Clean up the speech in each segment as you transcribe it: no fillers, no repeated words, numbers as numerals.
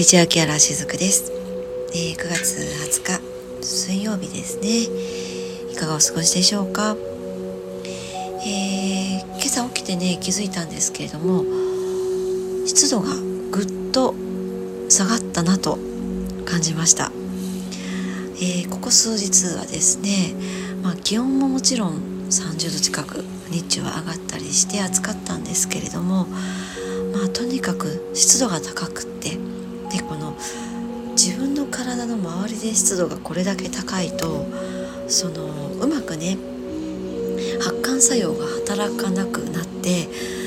リチュアケアラーしずくです。9月20日水曜日ですね。いかがお過ごしでしょうか。今朝起きてね気づいたんですけれども、湿度がぐっと下がったなと感じました。ここ数日はですね、気温ももちろん30度近く日中は上がったりして暑かったんですけれども、とにかく湿度が高くって、でこの自分の体の周りで湿度がこれだけ高いと、うまくね発汗作用が働かなくなって、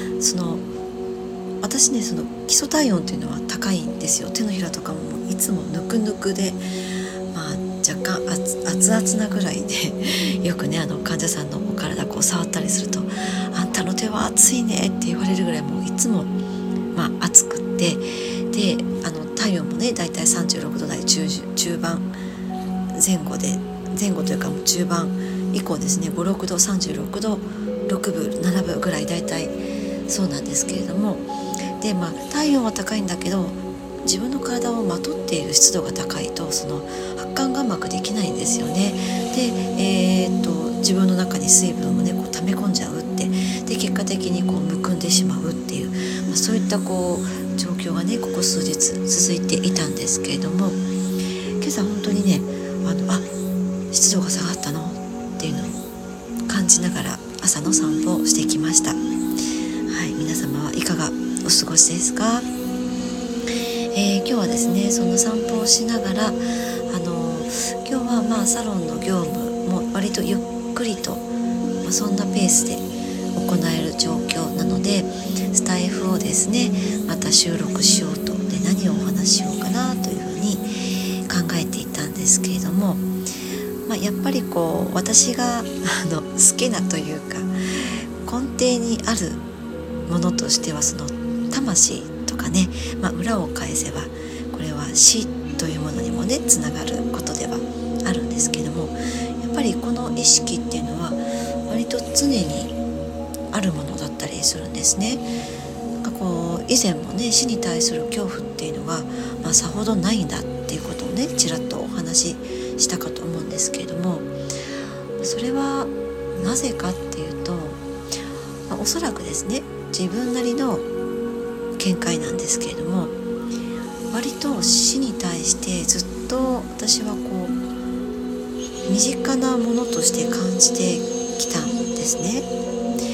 私ね基礎体温というのは高いんですよ。手のひらとかもいつもぬくぬくで、若干熱々なぐらいでよくね患者さんのお体触ったりすると、あんたの手は熱いねって言われるぐらい、もういつも熱くって、で体温もねだいたい36度台中盤前後というかもう中盤以降ですね、5、6度、36度6分7分ぐらいだいたいそうなんですけれども、で体温は高いんだけど自分の体をまとっている湿度が高いと、発汗がうまくできないんですよね。で、自分の中に水分をね溜め込んじゃうって、で結果的にむくんでしまうっていう、そういった状況がねここ数日続いていたんですけれども、今朝本当にね湿度が下がったのっていうのを感じながら朝の散歩をしてきました。皆様はいかがお過ごしですか。今日はですねその散歩をしながら、今日はサロンの業務も割とゆっくりと、そんなペースで行える状況なので、スタイフをですねまた収録しようと、で何をお話ししようかなというふうに考えていたんですけれども、やっぱり私が好きなというか根底にあるものとしては、魂とかね、裏を返せばこれは死というものにもねつながることではあるんですけども、やっぱりこの意識っていうのは割と常にあるものだったりするんですね。以前もね死に対する恐怖っていうのが、さほどないんだっていうことをねちらっとお話ししたかと思うんですけれども、それはなぜかっていうと、おそらくですね自分なりの見解なんですけれども、割と死に対してずっと私は身近なものとして感じてきたんですね。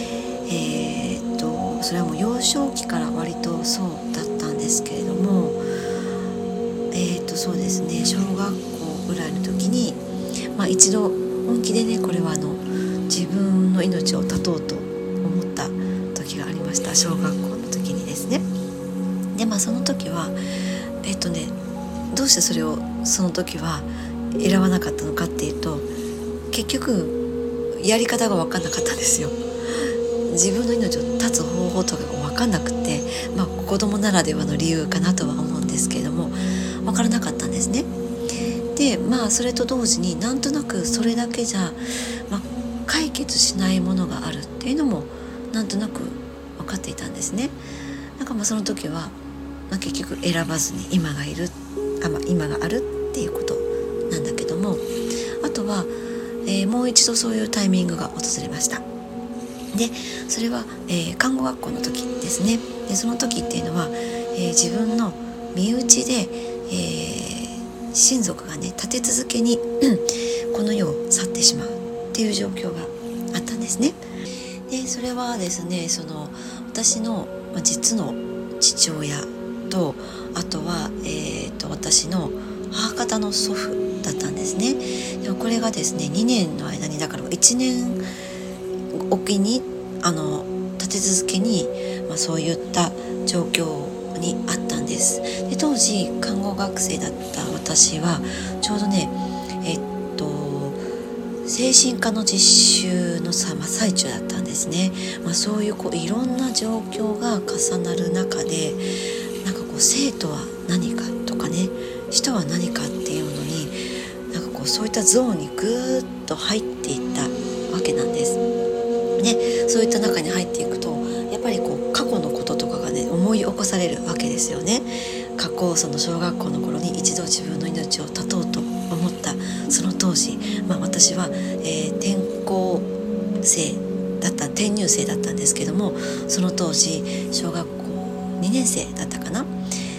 それはもう幼少期から割とそうだったんですけれども、そうですね小学校ぐらいの時に、一度本気でねこれは自分の命を絶とうと思った時がありました。小学校の時にですね。でその時はどうしてそれをその時は選ばなかったのかっていうと、結局やり方が分かんなかったんですよ。自分の命を絶つ方法とかが分かんなくて、子供ならではの理由かなとは思うんですけれども、分からなかったんですね。でそれと同時になんとなくそれだけじゃ、解決しないものがあるっていうのもなんとなく分かっていたんですね。その時は、結局選ばずに今があるっていうことなんだけども、あとは、もう一度そういうタイミングが訪れました。でそれは、看護学校の時ですね。でその時っていうのは、自分の身内で、親族がね立て続けにこの世を去ってしまうっていう状況があったんですね。でそれはですね私の、実の父親と、あとは、私の母方の祖父だったんですね。でもこれがですね2年の間に、だから1年おきに立て続けに、そういった状況にあったんです。で当時看護学生だった私はちょうどね精神科の実習の最中だったんですね。そういういろんな状況が重なる中で、生とは何かとかね、死とは何かっていうのにそういったゾーンにぐーっと入っていったわけなんです。ね、そういった中に入っていくとやっぱり過去のこととかがね思い起こされるわけですよね。過去その小学校の頃に一度自分の命を絶とうと思ったその当時、私は、転入生だったんですけども、その当時小学校2年生だったかな、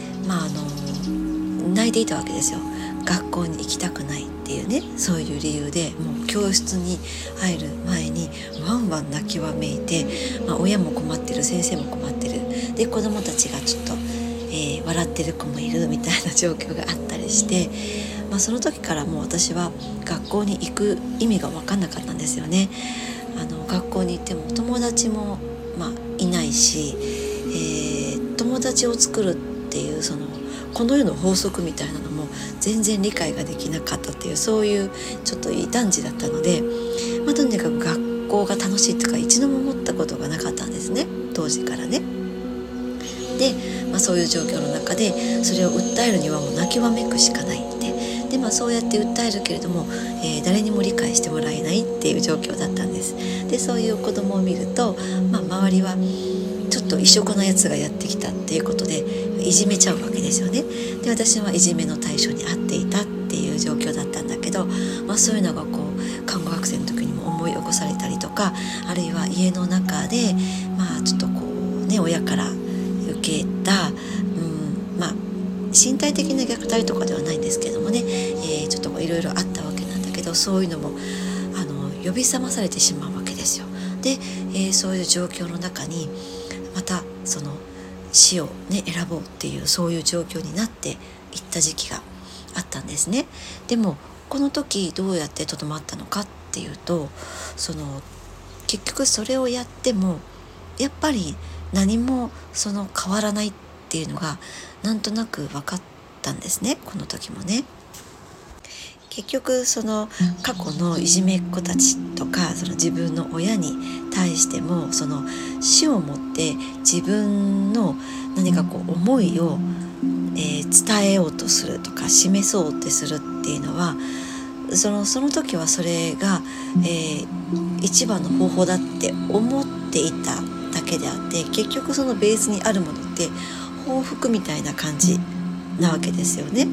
泣いていたわけですよ。学校に行きたくないっていうね、そういう理由でもう教室に入る前にワンワン泣きわめいて、親も困ってる、先生も困ってる、で子供たちがちょっと、笑ってる子もいるみたいな状況があったりして、その時からもう私は学校に行く意味が分かんなかったんですよね。学校に行っても友達も、いないし、友達を作るっていうこの世の法則みたいなのも全然理解ができなかったっていう、そういうちょっと異端児だったので、とにかく学校が楽しいとか一度も思ったことがなかったんですね、当時からね。で、そういう状況の中でそれを訴えるにはもう泣きわめくしかないってで、そうやって訴えるけれども、誰にも理解してもらえないっていう状況だったんです。でそういう子供を見ると、周りはちょっと異色なやつがやってきたっていうことでいじめちゃうわけですよね。で私はいじめの対象に遭っていたっていう状況だったんだけど、そういうのが看護学生の時にも思い起こされたりとか、あるいは家の中でちょっと親から受けた、身体的な虐待とかではないんですけどもね、ちょっといろいろあったわけなんだけど、そういうのも呼び覚まされてしまうわけですよ。で、そういう状況の中にまたその死を選ぼうっていう、そういう状況になっていった時期があったんですね。でもこの時どうやってとどまったのかっていうと、結局それをやってもやっぱり何も変わらないっていうのがなんとなく分かったんですね、この時もね。結局過去のいじめっ子たちとか自分の親に対しても死をもって自分の何か思いを、伝えようとするとか示そうってするっていうのはその時はそれが、一番の方法だって思っていただけであって、結局そのベースにあるものって報復みたいな感じなわけですよね。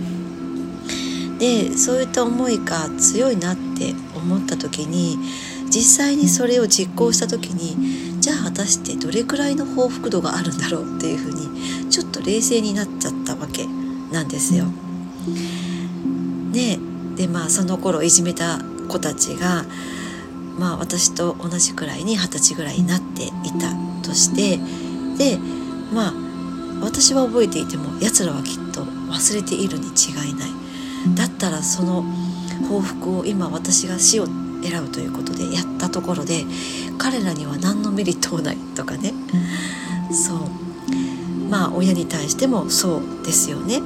でそういった思いが強いなって思った時に、実際にそれを実行した時に、じゃあ果たしてどれくらいの報復度があるんだろうっていうふうにちょっと冷静になっちゃったわけなんですよ。でその頃いじめた子たちが、私と同じくらいに20歳ぐらいになっていたとして、で私は覚えていても奴らはきっと忘れているに違いない。だったらその報復を今私が死を選ぶということでやったところで彼らには何のメリットもないとかね、そう親に対してもそうですよね。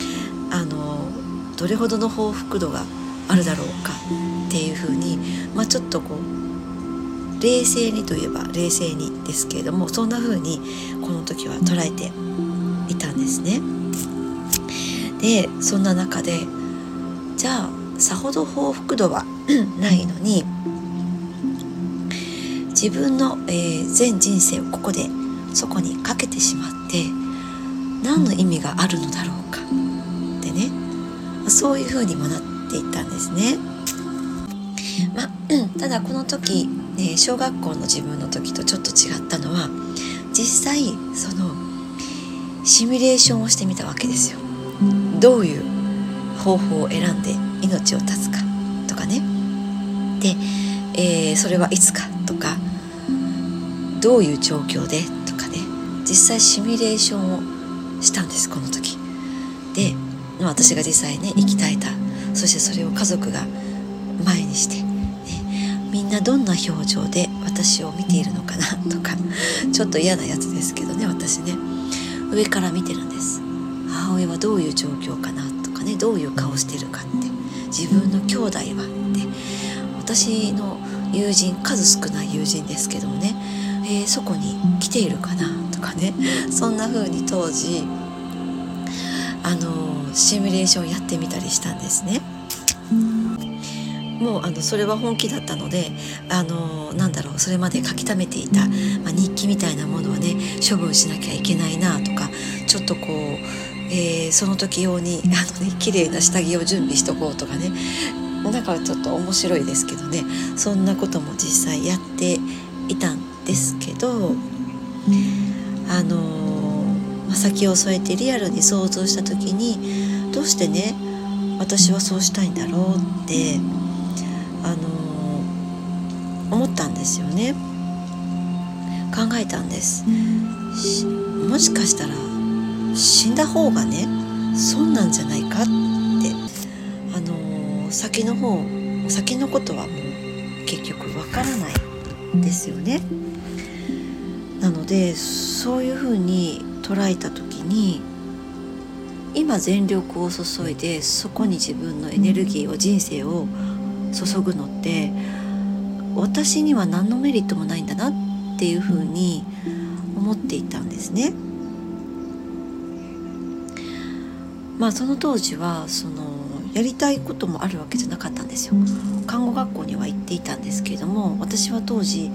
どれほどの報復度があるだろうかっていうふうに、ちょっと冷静にといえば冷静にですけれども、そんなふうにこの時は捉えていたんですね。でそんな中でじゃあさほど報復度はないのに自分の、全人生をここでそこにかけてしまって何の意味があるのだろうかってね、そういうふうにもなっていったんですね。ただこの時、小学校の自分の時とちょっと違ったのは、実際シミュレーションをしてみたわけですよ。どういう方法を選んで命を絶つかとかね。で、それはいつかとかどういう状況でとかね、実際シミュレーションをしたんです、この時で。私が実際ね生き絶えた、そしてそれを家族が前にして、みんなどんな表情で私を見ているのかなとか、ちょっと嫌なやつですけどね、私ね上から見てるんです。母親はどういう状況かなとかね、どういう顔してるかって、自分の兄弟はって、私の友人、数少ない友人ですけどもね、そこに来ているかなとかね、そんな風に当時シミュレーションやってみたりしたんですね。もうそれは本気だったので、それまで書き溜めていた、日記みたいなものはね処分しなきゃいけないなとか、ちょっとその時用に綺麗な下着を準備しとこうとかね、だからちょっと面白いですけどね、そんなことも実際やっていたんですけど、先を添えてリアルに想像した時に、どうしてね私はそうしたいんだろうって思ったんですよね。考えたんです。もしかしたら死んだ方がね損なんじゃないかって、先のことはもう結局わからないですよね。なのでそういうふうに捉えた時に、今全力を注いでそこに自分のエネルギーを、人生を注ぐのって私には何のメリットもないんだなっていうふうに思っていたんですね。その当時はやりたいこともあるわけじゃなかったんですよ。看護学校には行っていたんですけれども、私は当時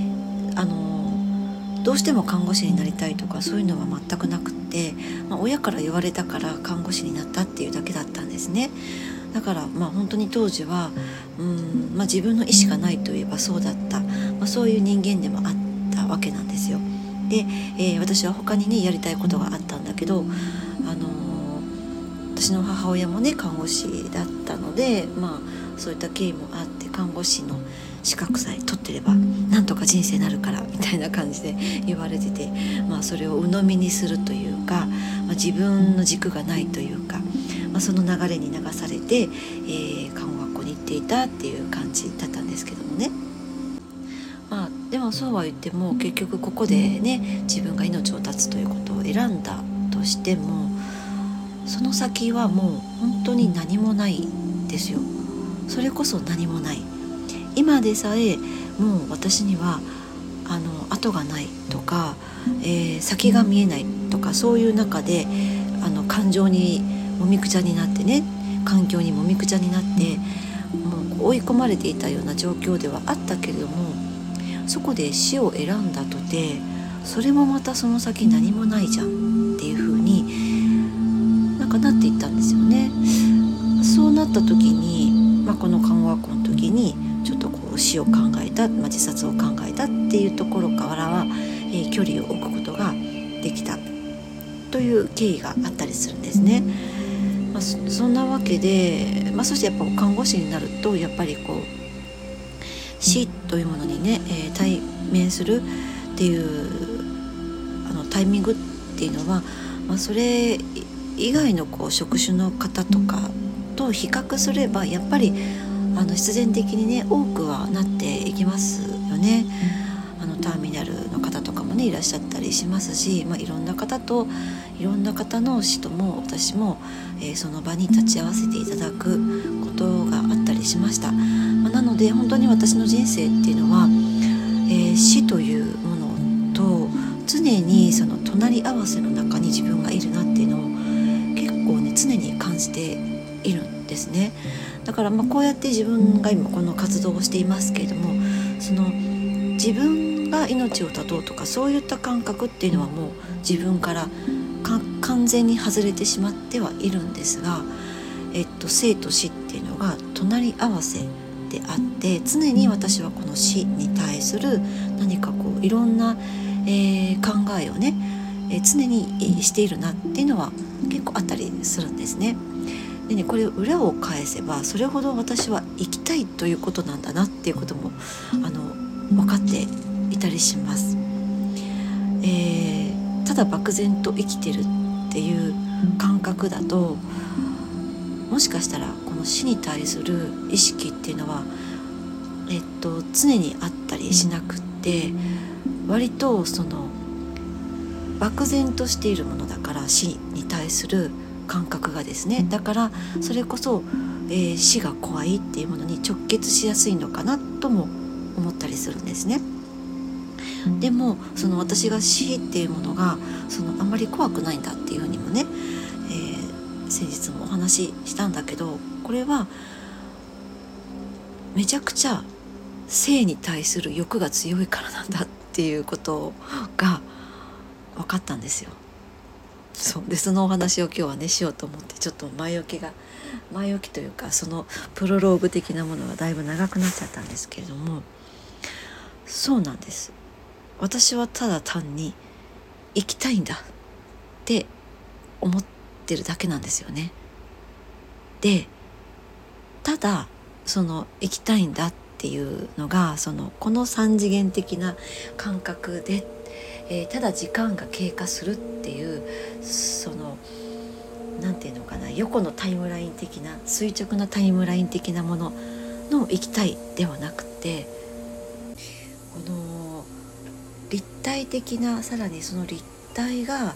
どうしても看護師になりたいとかそういうのは全くなくって、親から言われたから看護師になったっていうだけだったんですね。だから本当に当時は自分の意思がないといえばそうだった、そういう人間でもあったわけなんですよ。で、私は他にねやりたいことがあったんだけど、私の母親もね看護師だったので、そういった経緯もあって看護師の資格さえ取ってればなんとか人生になるからみたいな感じで言われてて、それを鵜呑みにするというか、自分の軸がないというか、その流れに流されて、看護学校に行っていたっていう感じだったんですけどもね。でもそうは言っても結局ここでね自分が命を絶つということを選んだとしても、その先はもう本当に何もないですよ。それこそ何もない。今でさえもう私には後がないとか、先が見えないとか、そういう中で感情にもみくちゃになってね、環境にもみくちゃになってもう追い込まれていたような状況ではあったけれども、そこで死を選んだとてそれもまたその先何もないじゃんっていう風になっていったんですよね。そうなった時に、この看護学校の時にちょっと死を考えた、自殺を考えたっていうところからは、距離を置くことができたという経緯があったりするんですね。そんなわけで、そしてやっぱ看護師になるとやっぱり死というものにね、対面するっていうタイミングっていうのは、それ以外の職種の方とかと比較すればやっぱり必然的にね多くはなっていきますよね。ターミナルの方とかもねいらっしゃったりしますし、いろんな方の死とも私も、その場に立ち会わせていただくことがあったりしました。なので本当に私の人生っていうのは、死というものと常にその隣り合わせの中に自分がいるなっていうのを結構ね常に感じているんですね。だからこうやって自分が今この活動をしていますけれども、その自分が命を絶とうとかそういった感覚っていうのはもう自分から完全に外れてしまってはいるんですが、生と死っていうのが隣り合わせであって、常に私はこの死に対する何かいろんな、考えをね、常にしているなっていうのは結構あったりするんですね。でね、これ裏を返せばそれほど私は生きたいということなんだなっていうことも分かっていたりします。ただ漠然と生きてるっていう感覚だと、もしかしたらこの死に対する意識っていうのは、常にあったりしなくって、割とその漠然としているものだから、死に対する感覚がですね、だからそれこそ、死が怖いっていうものに直結しやすいのかなとも思ったりするんですね。でもその私が死っていうものがあんまり怖くないんだっていうふうにもね、先日もお話ししたんだけど、これはめちゃくちゃ生に対する欲が強いからなんだっていうことが分かったんですよ。 そうで、そのお話を今日はねしようと思って、ちょっと前置きというか、そのプロローグ的なものがだいぶ長くなっちゃったんですけれども、そうなんです。私はただ単に生きたいんだって思ってるだけなんですよね。で、ただその生きたいんだっていうのが、この三次元的な感覚で、ただ時間が経過するっていう、なんていうのかな、横のタイムライン的な、垂直なタイムライン的なものの生きたいではなくて、この立体的な、さらにその立体が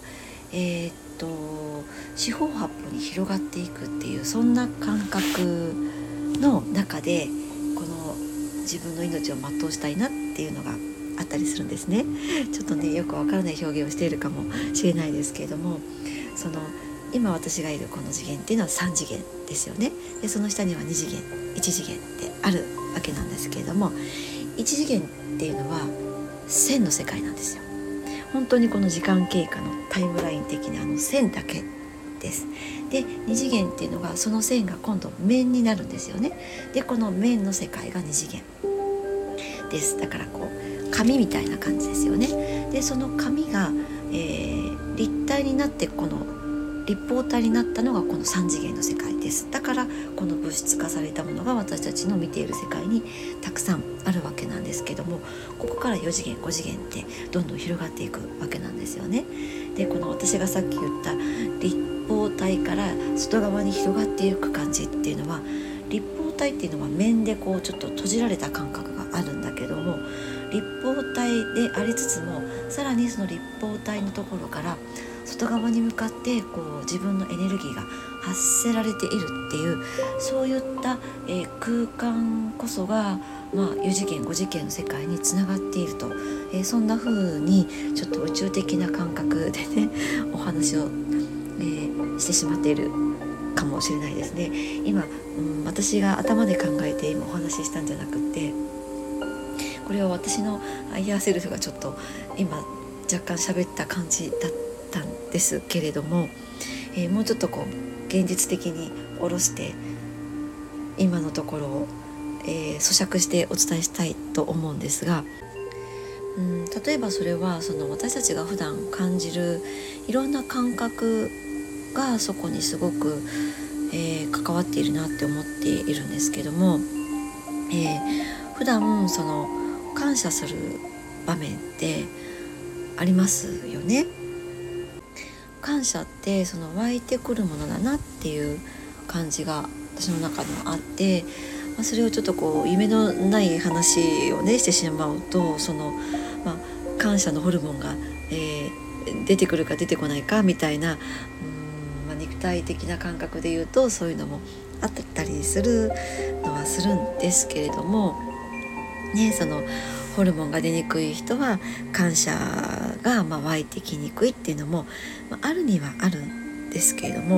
四方八方に広がっていくっていう、そんな感覚の中でこの自分の命を全うしたいなっていうのがあったりするんですね。ちょっとねよくわからない表現をしているかもしれないですけれども、今私がいるこの次元っていうのは3次元ですよね。でその下には2次元1次元ってあるわけなんですけれども、1次元っていうのは線の世界なんですよ。本当にこの時間経過のタイムライン的な線だけです。で2次元っていうのが、その線が今度面になるんですよね。でこの面の世界が2次元です。だからこう紙みたいな感じですよね。でその紙が、立体になって、この立方体になったのがこの3次元の世界です。だからこの物質化されたものが私たちの見ている世界にたくさんあるわけなんですけども、ここから4次元5次元ってどんどん広がっていくわけなんですよね。でこの私がさっき言った立方体から外側に広がっていく感じっていうのは、立方体っていうのは面でこうちょっと閉じられた感覚があるんだけども、立方体でありつつも、さらにその立方体のところから外側に向かってこう自分のエネルギーが発せられているっていう、そういった、空間こそが、4次元5次元の世界につながっていると、そんな風にちょっと宇宙的な感覚でねお話を、してしまっているかもしれないですね。今、私が頭で考えて今お話ししたんじゃなくて、これは私のアイヤーセルフがちょっと今若干喋った感じだったんですけれども、もうちょっとこう現実的に下ろして今のところを、咀嚼してお伝えしたいと思うんですが、例えばそれは私たちが普段感じるいろんな感覚がそこにすごく、関わっているなって思っているんですけども、普段感謝する場面ってありますよね。感謝って湧いてくるものだなっていう感じが私の中にもあって、それをちょっとこう夢のない話をねしてしまうと、感謝のホルモンが、出てくるか出てこないかみたいな、肉体的な感覚で言うとそういうのもあったりするのはするんですけれどもね、ホルモンが出にくい人は感謝が湧いてきにくいっていうのも、あるにはあるんですけれども、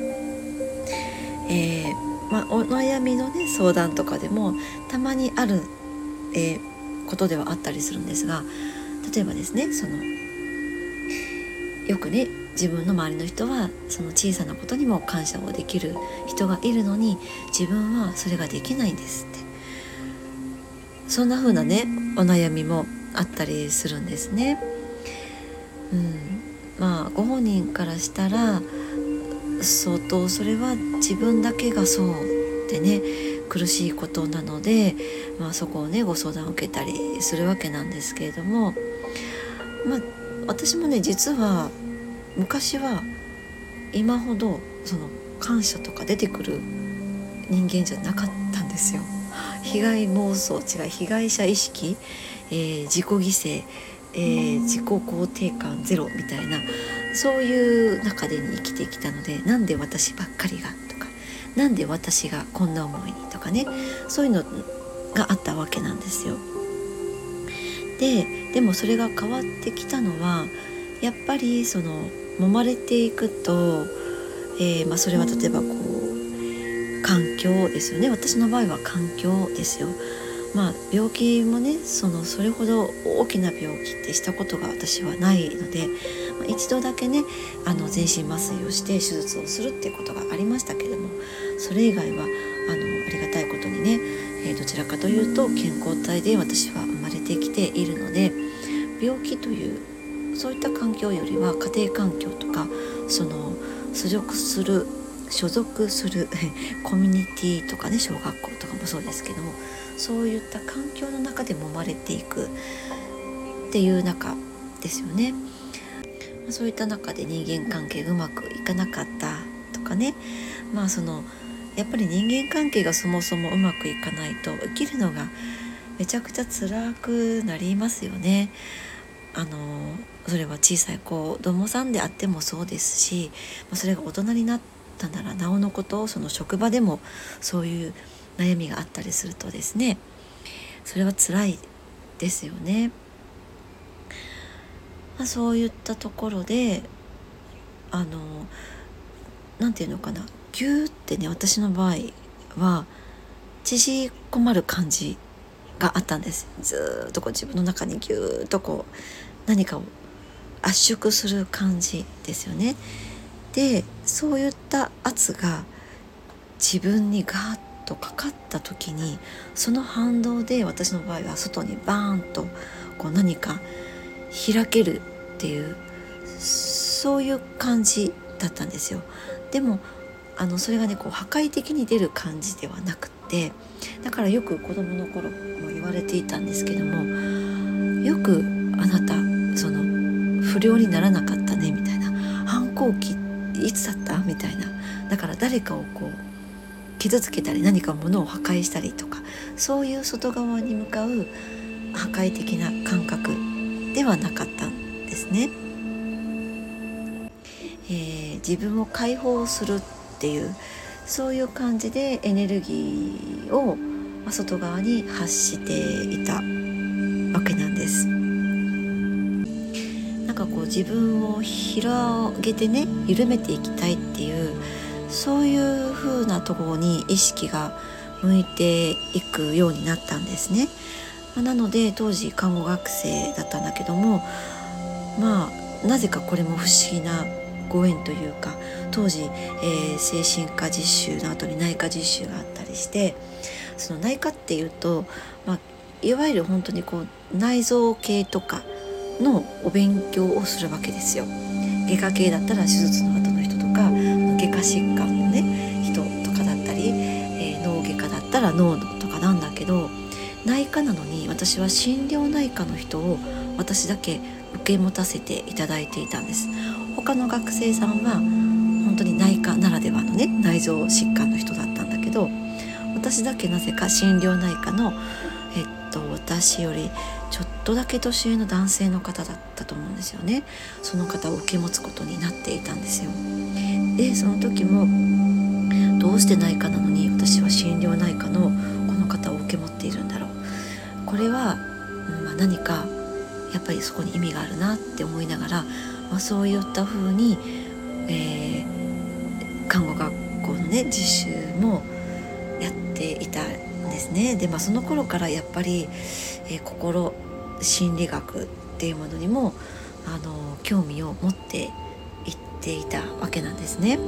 お悩みのね相談とかでもたまにある、ことではあったりするんですが、例えばですね、よくね自分の周りの人はその小さなことにも感謝をできる人がいるのに自分はそれができないんですって、そんな風なねお悩みもあったりするんですね。ご本人からしたら相当それは自分だけがそうでね苦しいことなので、そこをねご相談を受けたりするわけなんですけれども、私もね実は昔は今ほど感謝とか出てくる人間じゃなかったんですよ。被害妄想被害者意識、自己犠牲、自己肯定感ゼロみたいな、そういう中で生きてきたので、なんで私ばっかりがとか、なんで私がこんな思いにとかね、そういうのがあったわけなんですよ。でもそれが変わってきたのはやっぱり揉まれていくと、それは例えばこう環境ですよね。私の場合は環境ですよ。病気もねそれほど大きな病気ってしたことが私はないので、 一度だけね全身麻酔をして手術をするっていうことがありましたけれども、それ以外はありがたいことにね、どちらかというと健康体で私は生まれてきているので、病気というそういった環境よりは家庭環境とかその所属するコミュニティとかね、小学校とかもそうですけども、そういった環境の中で揉まれていくっていう中ですよね。そういった中で人間関係がうまくいかなかったとかね、やっぱり人間関係がそもそもうまくいかないと生きるのがめちゃくちゃ辛くなりますよね。それは小さい子供さんであってもそうですし、それが大人になったならなおのこと、その職場でもそういう悩みがあったりするとですね、それは辛いですよね。そういったところでなんていうのかな、ギューってね、私の場合は縮こまる感じがあったんです。ずっと自分の中にギューッと何かを圧縮する感じですよね。でそういった圧が自分にガーッとかかった時に、その反動で私の場合は外にバーンと何か開けるっていう、そういう感じだったんですよ。でもそれがね破壊的に出る感じではなくて、だからよく子供の頃も言われていたんですけども、よくあなた不良にならなかったねみたいな、反抗期いつだったみたいな、だから誰かを傷つけたり何か物を破壊したりとか、そういう外側に向かう破壊的な感覚ではなかったんですね。自分を解放するっていうそういう感じでエネルギーを外側に発していたわけなんです。自分を広げてね、緩めていきたいっていう、そういう風なところに意識が向いていくようになったんですね。なので当時看護学生だったんだけども、なぜかこれも不思議なご縁というか、当時、精神科実習の後に内科実習があったりして、その内科っていうと、いわゆる本当に内臓系とかのお勉強をするわけですよ。外科系だったら手術の後の人とか、外科疾患のね人とかだったり、脳外科だったら脳のとかなんだけど、内科なのに私は心療内科の人を私だけ受け持たせていただいていたんです。他の学生さんは本当に内科ならではのね内臓疾患の人だったんだけど、私だけなぜか心療内科の私よりちょっとだけ年上の男性の方だったと思うんですよね。その方を受け持つことになっていたんですよ。でその時もどうして内科なのに私は心療内科のこの方を受け持っているんだろう、これは、何かやっぱりそこに意味があるなって思いながら、そういった風に、看護学校のね実習もやっていたんですね。で、その頃からやっぱり、心心理学っていうものにも興味を持っていっていたわけなんですね。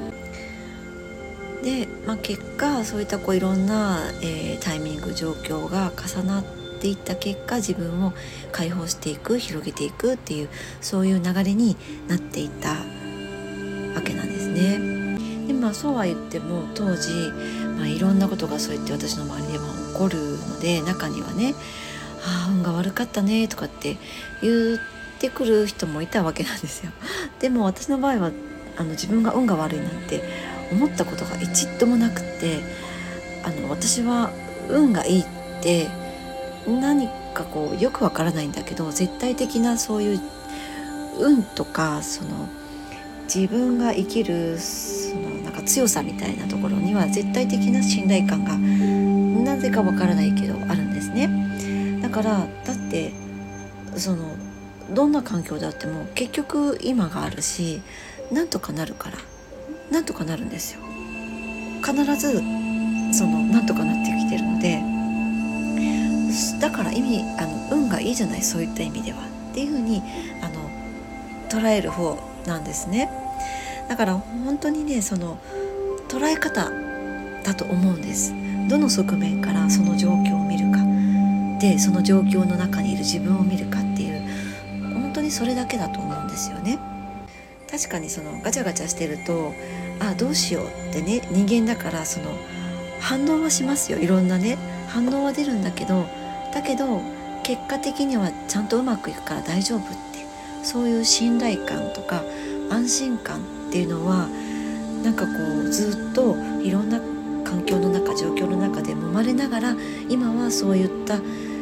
で、結果そういったいろんな、タイミング状況が重なっていった結果、自分を解放していく、広げていくっていう、そういう流れになっていったわけなんですね。でそうは言っても当時、いろんなことがそうやって私の周りでは起こるので、中にはね運が悪かったねとかって言ってくる人もいたわけなんですよ。でも私の場合は自分が運が悪いなんて思ったことが一度もなくて、私は運がいいって何かよくわからないんだけど、絶対的なそういう運とか自分が生きる強さみたいなところには絶対的な信頼感がなぜかわからないけどあるんですね。だってどんな環境であっても結局今があるし、なんとかなるからなんとかなるんですよ。必ずなんとかなってきてるので、だから運がいいじゃない、そういった意味ではっていうふうに捉える方なんですね。だから本当にねその捉え方だと思うんです。どの側面からその状況を見るかで、その状況の中にいる自分を見るかっていう、本当にそれだけだと思うんですよね。確かにそのガチャガチャしてるとどうしようってね、人間だからその反応はしますよ。いろんなね反応は出るんだけど結果的にはちゃんとうまくいくから大丈夫って、そういう信頼感とか安心感っていうのはなんかこうずっといろんな環境の中状況の中で揉まれながら、今はそういった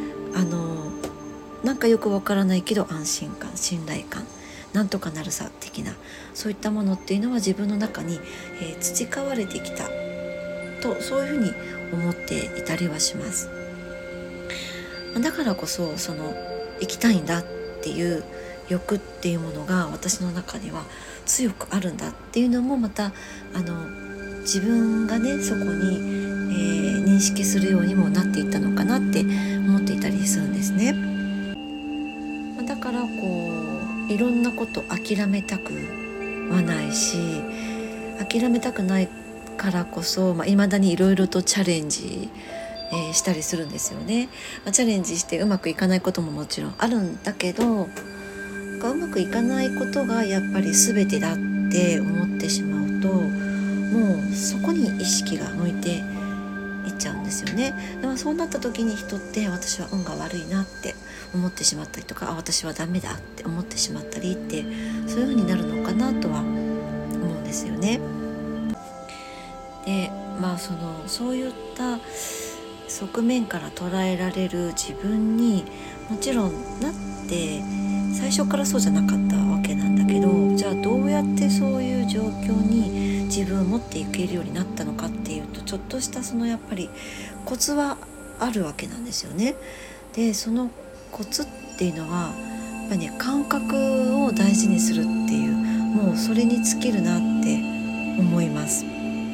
なんかよくわからないけど安心感信頼感なんとかなるさ的な、そういったものっていうのは自分の中に、培われてきたと、そういうふうに思っていたりはします。だからこそその生きたいんだっていう欲っていうものが私の中には強くあるんだっていうのもまた自分がねそこに、認識するようにもなっていったのかなって思っていたりするんですね。だからこういろんなこと諦めたくはないし、諦めたくないからこそ未だにいろいろとチャレンジ、したりするんですよね。チャレンジしてうまくいかないことももちろんあるんだけど、うまくいかないことがやっぱり全てだって思ってしまうと、もうそこに意識が向いていっちゃうんですよね。でもそうなった時に人って私は運が悪いなって思ってしまったりとか、私はダメだって思ってしまったりって、そういう風になるのかなとは思うんですよね。でそういった側面から捉えられる自分にもちろんなって最初からそうじゃなかったわけなんだけど、じゃあどうやってそういう状況に自分を持っていけるようになったのかっていうと、ちょっとしたそのやっぱりコツはあるわけなんですよね。でそのコツっていうのはやっぱりね、感覚を大事にするっていう、もうそれに尽きるなって思います。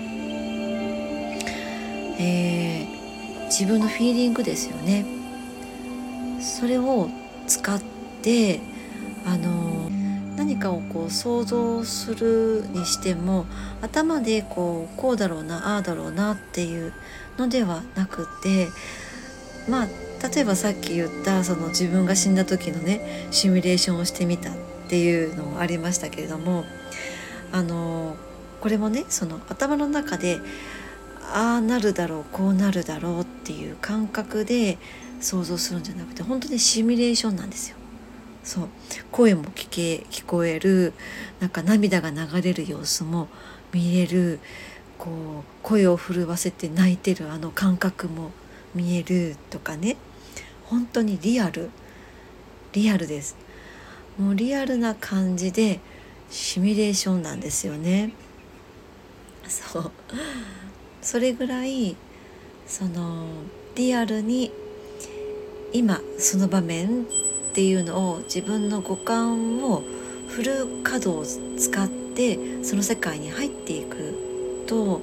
自分のフィーリングですよね。それを使って何かをこう想像するにしても、頭でこうだろうなああだろうなっていうのではなくて、例えばさっき言ったその自分が死んだ時のねシミュレーションをしてみたっていうのもありましたけれども、これもねその頭の中でああなるだろうこうなるだろうっていう感覚で想像するんじゃなくて、本当にシミュレーションなんですよ。そう声も聞こえる、なんか涙が流れる様子も見れる、こう声を震わせて泣いてる感覚も見えるとかね、本当にリアルです。もうリアルな感じでシミュレーションなんですよね。それぐらいリアルに今その場面っていうのを自分の五感をフル稼働を使ってその世界に入っていくと、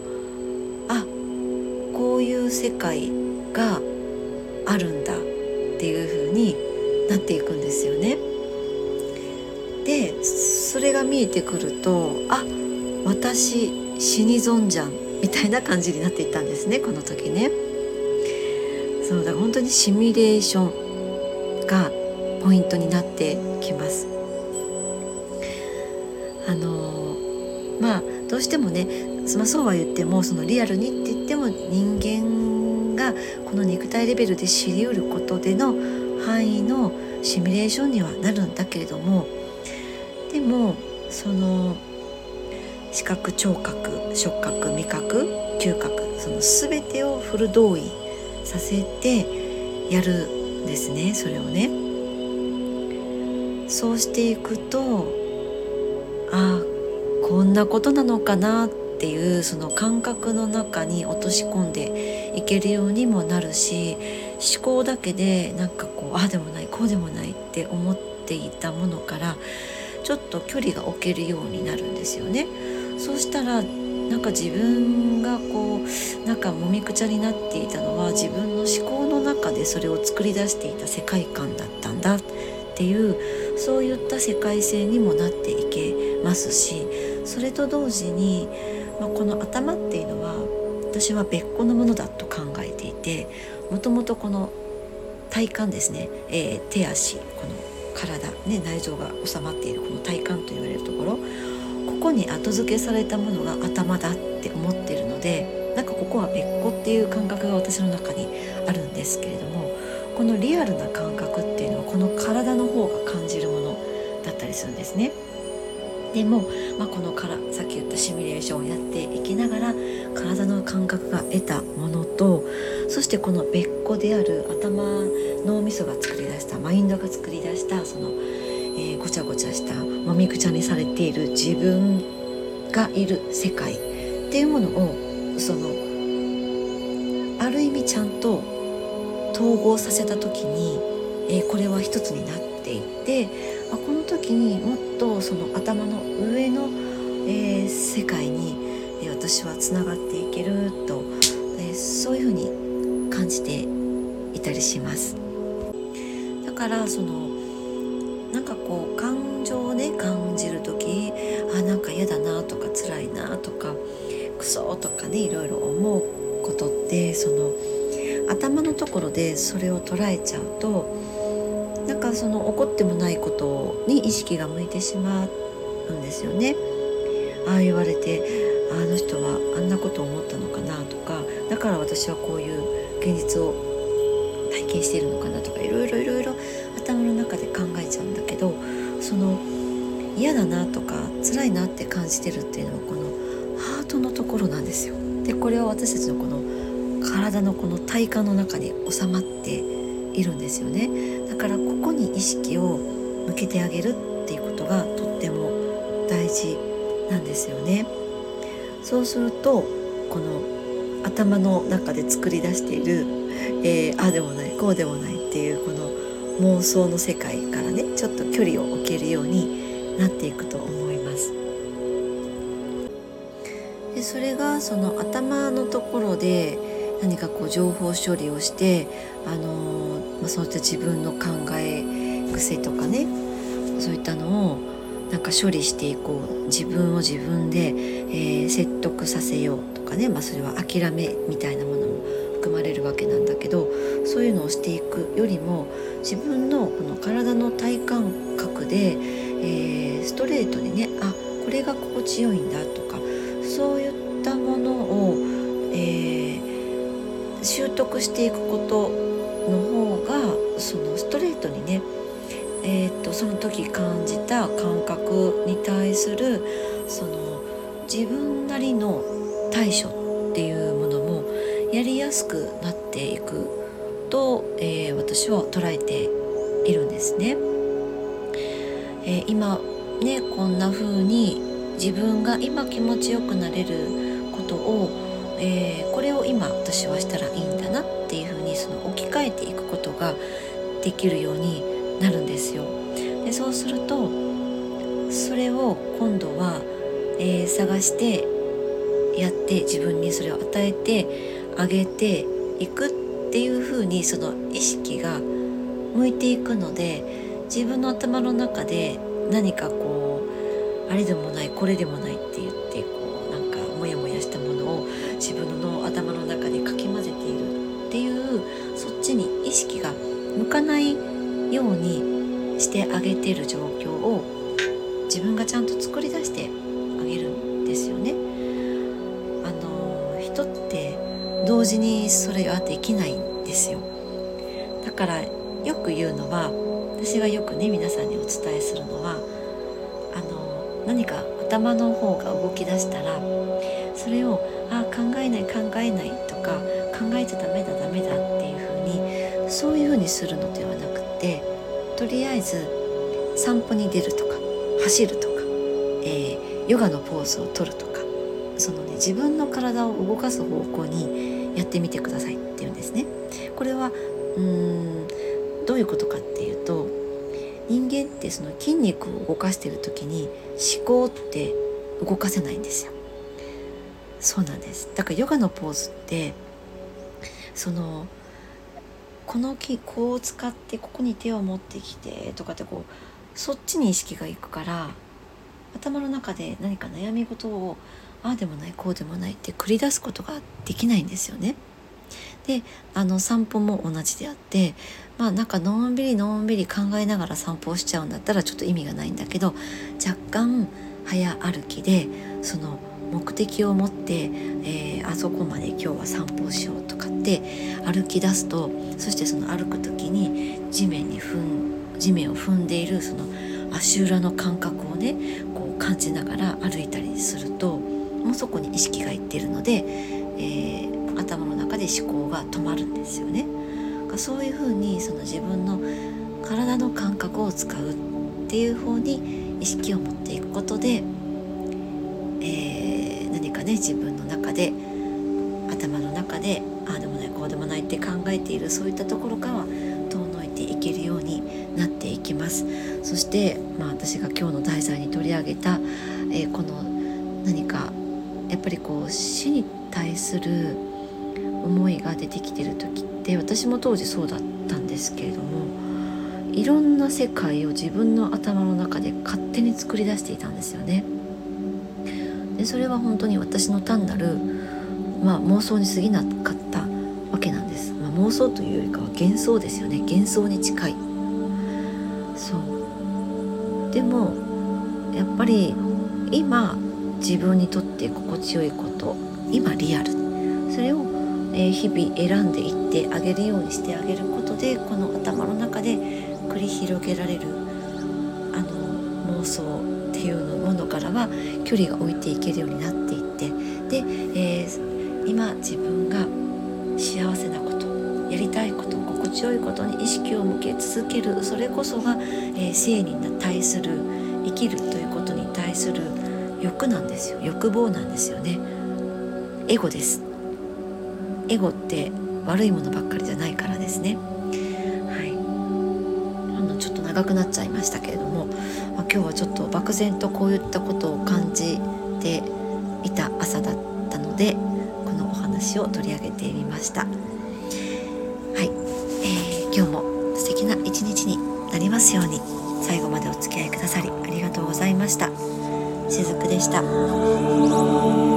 こういう世界があるんだっていう風になっていくんですよね。でそれが見えてくると私死に損じゃんみたいな感じになっていったんですね、この時ね。だから本当にシミュレーションがポイントになってきます。どうしてもね、そうは言ってもそのリアルにって言っても人間がこの肉体レベルで知り得ることでの範囲のシミュレーションにはなるんだけれども、でもその視覚聴覚触覚味覚嗅覚、その全てをフル動員させてやるんですね。それをねそうしていくとこんなことなのかなっていうその感覚の中に落とし込んでいけるようにもなるし、思考だけでなんかこうでもないこうでもないって思っていたものからちょっと距離が置けるようになるんですよね。そうしたらなんか自分がこうなんかもみくちゃになっていたのは自分の思考の中でそれを作り出していた世界観だったんだっっていう、そういった世界線にもなっていけますし、それと同時に、この頭っていうのは私は別個のものだと考えていて、もともとこの体幹ですね、手足、この体、内臓が収まっているこの体幹と言われるところ、ここに後付けされたものが頭だって思っているので、なんかここは別個っていう感覚が私の中にあるんですけれども、このリアルな感覚っていうのはこの体の方が感じるものだったりするんですね。でも、このさっき言ったシミュレーションをやっていきながら体の感覚が得たものと、そしてこの別個である脳みそが作り出した、マインドが作り出したその、ごちゃごちゃしたもみくちゃにされている自分がいる世界っていうものを、ある意味ちゃんと統合させた時に、これは一つになっていって、この時にもっとその頭の上の、世界に、私はつながっていけると、そういうふうに感じていたりします。だからなんかこう感情を感じる時、なんか嫌だなとか辛いなとかクソとかいろいろ思うことって、頭のところでそれを捉えちゃうと、なんか起こってもないことに意識が向いてしまうんですよね。言われて、あの人はあんなことを思ったのかなとか、だから私はこういう現実を体験しているのかなとか、いろいろ頭の中で考えちゃうんだけど、嫌だなとか辛いなって感じてるっていうのはこのハートのところなんですよ。でこれは私たちのこの体のこの体幹の中に収まっているんですよね。だからここに意識を向けてあげるっていうことがとっても大事なんですよね。そうするとこの頭の中で作り出している、ああでもないこうでもないっていうこの妄想の世界からちょっと距離を置けるようになっていくと思います。でそれが頭のところで何かこう情報処理をして、そういった自分の考え癖とかそういったのをなんか処理していこう、自分を自分で、説得させようとかそれは諦めみたいなものも含まれるわけなんだけど、そういうのをしていくよりも自分のこの体の体感覚で、ストレートにこれが心地よいんだとか、そういったものを、習得していくことの方がストレートにその時感じた感覚に対する自分なりの対処っていうものもやりやすくなっていくと、私は捉えているんですね。今こんな風に自分が今気持ちよくなれることを、これを今私はしたらいいんだなっていう風に置き換えていくことができるようになるんですよ。でそうするとそれを今度は、探してやって自分にそれを与えてあげていくっていう風に意識が向いていくので、自分の頭の中で何かこうあれでもないこれでもないって言ってなんかモヤモヤしたものを自分の頭の中でかき混ぜているっていう、そっちに意識が向かないようにしてあげている状況を自分がちゃんと作り出してあげるんですよね。人って同時にそれはできないんですよ。だからよく言うのは、私がよく皆さんにお伝えするのは、何か頭の方が動き出したらそれを考えないとか考えちゃダメだっていう風にそういう風にするのではなくて、とりあえず散歩に出るとか走るとか、ヨガのポーズを取るとか、自分の体を動かす方向にやってみてくださいっていうんですね。これはどういうことかっていうと、人間って筋肉を動かしている時に思考って動かせないんですよ。そうなんです。だからヨガのポーズってこの木こう使ってここに手を持ってきてとかってそっちに意識がいくから、頭の中で何か悩み事をああでもないこうでもないって繰り出すことができないんですよね。で散歩も同じであって、なんかのんびりのんびり考えながら散歩をしちゃうんだったらちょっと意味がないんだけど、若干早歩きでその目的を持って、あそこまで今日は散歩をしようとかって歩き出すと、そしてその歩く時に地面を踏んでいるその足裏の感覚をね感じながら歩いたりすると、もうそこに意識がいっているので、頭の中で思考が止まるんですよね。そういうふうにその自分の体の感覚を使うっていう方に意識を持っていくことで、何かね自分の中で頭の中でああでもないこうでもないって考えているそういったところからは遠のいていけるようになっていきます。そして、私が今日の題材に取り上げた、この何かやっぱり死に対する思いが出てきてる時って、私も当時そうだったんですけれども、いろんな世界を自分の頭の中で勝手に作り出していたんですよね。でそれは本当に私の単なる、妄想に過ぎなかったわけなんです。妄想というよりかは幻想ですよね。幻想に近い。そうでもやっぱり今自分にとって心地よいこと、今リアル、それを日々選んでいってあげるようにしてあげることで、この頭の中で繰り広げられる妄想っていうものからは距離が置いていけるようになっていって、で、今自分が幸せなこと、やりたいこと、心地よいことに意識を向け続ける、それこそが、生に対する、生きるということに対する欲なんですよ。欲望なんですよね。エゴです。エゴって悪いものばっかりじゃないからですね。ちょっと長くなっちゃいましたけれども、今日はちょっと漠然とこういったことを感じていた朝だったので、このお話を取り上げてみました。今日も素敵な一日になりますように。最後までお付き合いくださりありがとうございました。しずくでした。